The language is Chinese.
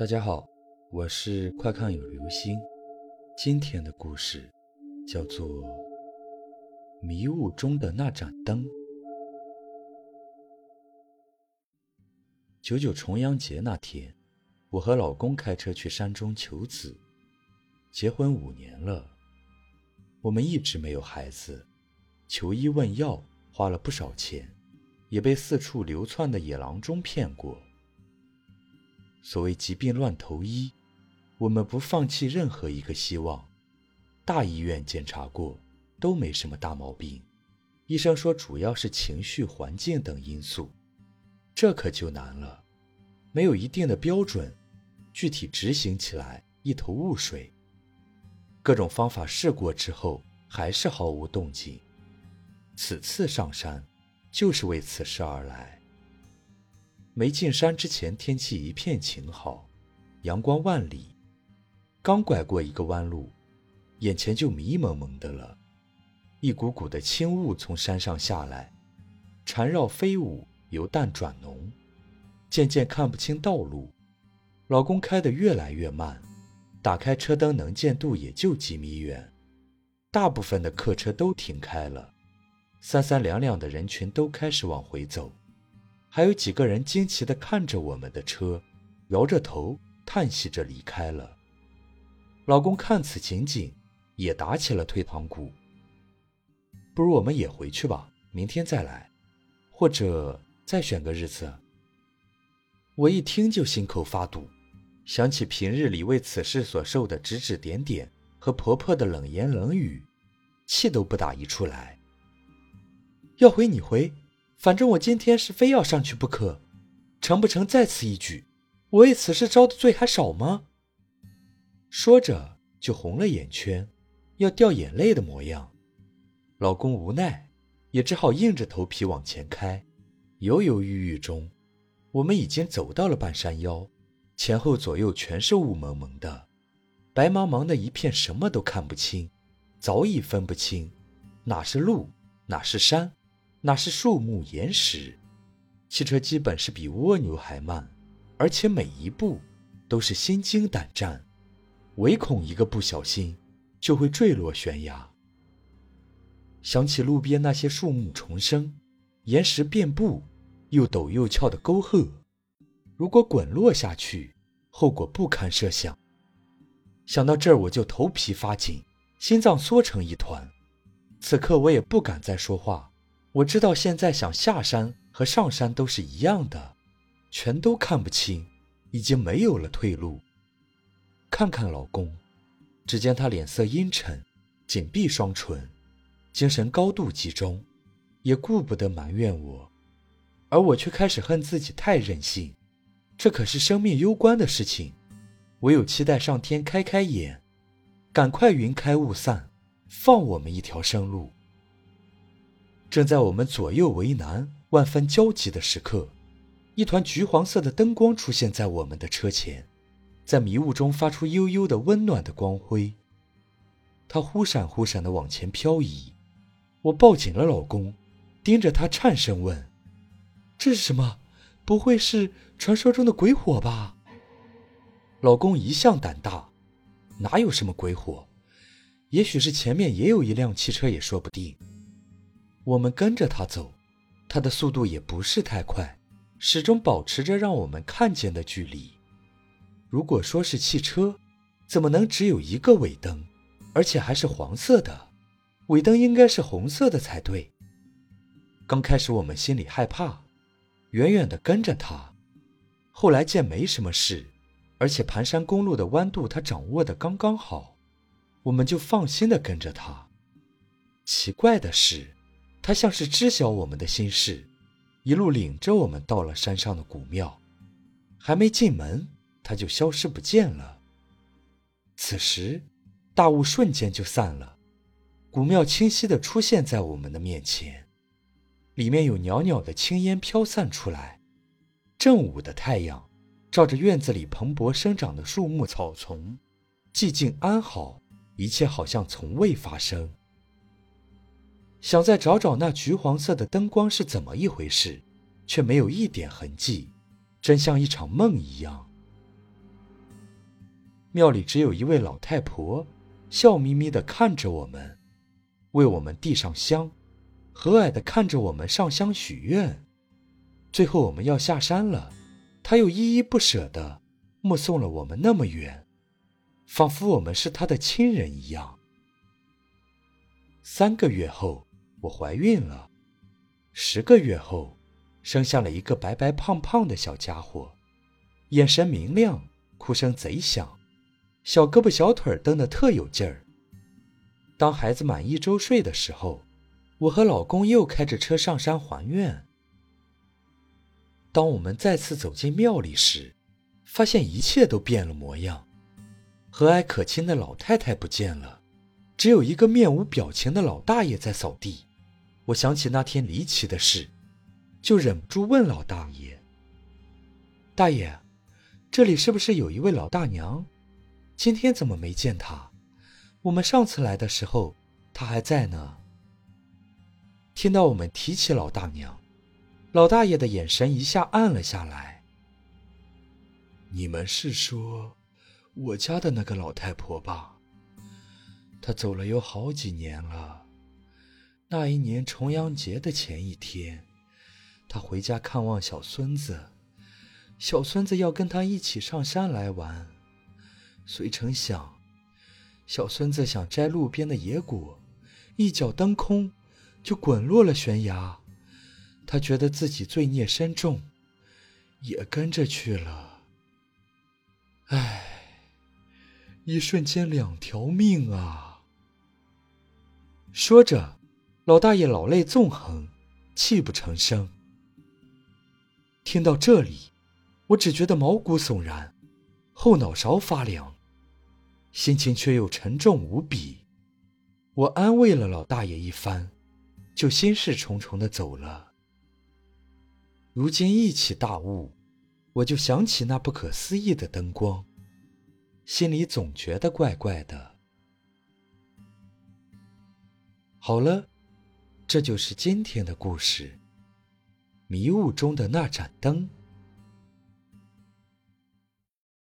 大家好，我是快看有流星。今天的故事叫做迷雾中的那盏灯。99重阳节那天，我和老公开车去山中求子。结婚5年了，我们一直没有孩子，求医问药花了不少钱，也被四处流窜的野郎中骗过。所谓疾病乱投医，我们不放弃任何一个希望。大医院检查过，都没什么大毛病，医生说主要是情绪、环境等因素。这可就难了，没有一定的标准，具体执行起来一头雾水。各种方法试过之后，还是毫无动静。此次上山，就是为此事而来。没进山之前，天气一片晴好，阳光万里。刚拐过一个弯路，眼前就迷蒙蒙的了。一股股的轻雾从山上下来，缠绕飞舞，由淡转浓，渐渐看不清道路。老公开得越来越慢，打开车灯能见度也就几米远。大部分的客车都停开了，三三两两的人群都开始往回走。还有几个人惊奇地看着我们的车，摇着头叹息着离开了。老公看此情景，也打起了退堂鼓。不如我们也回去吧，明天再来，或者再选个日子。我一听就心口发堵，想起平日里为此事所受的指指点点和婆婆的冷言冷语，气都不打一处来。要回你回，反正我今天是非要上去不可，成不成在此一举，我为此事遭的罪还少吗？说着就红了眼圈，要掉眼泪的模样。老公无奈，也只好硬着头皮往前开。犹犹豫豫中，我们已经走到了半山腰，前后左右全是雾蒙蒙的，白茫茫的一片，什么都看不清，早已分不清哪是路，哪是山，哪是树木岩石。汽车基本是比蜗牛还慢，而且每一步都是心惊胆战，唯恐一个不小心就会坠落悬崖。想起路边那些树木丛生，岩石遍布，又陡又峭的沟壑，如果滚落下去，后果不堪设想。想到这儿，我就头皮发紧，心脏缩成一团。此刻我也不敢再说话，我知道现在想下山和上山都是一样的，全都看不清，已经没有了退路。看看老公，只见他脸色阴沉，紧闭双唇，精神高度集中，也顾不得埋怨我，而我却开始恨自己太任性。这可是生命攸关的事情，唯有期待上天开开眼，赶快云开雾散，放我们一条生路。正在我们左右为难，万分焦急的时刻，一团橘黄色的灯光出现在我们的车前，在迷雾中发出幽幽的温暖的光辉。它忽闪忽闪地往前飘移，我抱紧了老公，盯着他颤声问：这是什么？不会是传说中的鬼火吧？老公一向胆大，哪有什么鬼火，也许是前面也有一辆汽车也说不定。我们跟着他走，他的速度也不是太快，始终保持着让我们看见的距离。如果说是汽车，怎么能只有一个尾灯，而且还是黄色的？尾灯应该是红色的才对。刚开始我们心里害怕，远远地跟着他，后来见没什么事，而且盘山公路的弯度他掌握得刚刚好，我们就放心地跟着他。奇怪的是，他像是知晓我们的心事，一路领着我们到了山上的古庙，还没进门，他就消失不见了。此时，大雾瞬间就散了，古庙清晰地出现在我们的面前，里面有袅袅的青烟飘散出来。正午的太阳照着院子里蓬勃生长的树木草丛，寂静安好，一切好像从未发生。想再找找那橘黄色的灯光是怎么一回事，却没有一点痕迹，真像一场梦一样。 庙里只有一位老太婆，笑眯眯地看着我们，为我们递上香，和蔼地看着我们上香许愿。最后我们要下山了，她又依依不舍地目送了我们那么远，仿佛我们是她的亲人一样。3个月后，我怀孕了。10个月后，生下了一个白白胖胖的小家伙，眼神明亮，哭声贼响，小胳膊小腿蹬得特有劲儿。当孩子满1周岁的时候，我和老公又开着车上山还愿。当我们再次走进庙里时，发现一切都变了模样。和蔼可亲的老太太不见了，只有一个面无表情的老大爷在扫地。我想起那天离奇的事，就忍不住问老大爷：大爷，这里是不是有一位老大娘？今天怎么没见她？我们上次来的时候，她还在呢。听到我们提起老大娘，老大爷的眼神一下暗了下来。你们是说我家的那个老太婆吧？她走了有好几年了。那一年重阳节的前一天，她回家看望小孙子，小孙子要跟她一起上山来玩，谁成想，小孙子想摘路边的野果，一脚蹬空，就滚落了悬崖。他觉得自己罪孽深重，也跟着去了。唉，一瞬间2条命啊！说着，老大爷老泪纵横，泣不成声。听到这里，我只觉得毛骨悚然，后脑勺发凉，心情却又沉重无比。我安慰了老大爷一番，就心事重重地走了。如今一起大悟，我就想起那不可思议的灯光，心里总觉得怪怪的。好了，这就是今天的故事，迷雾中的那盏灯。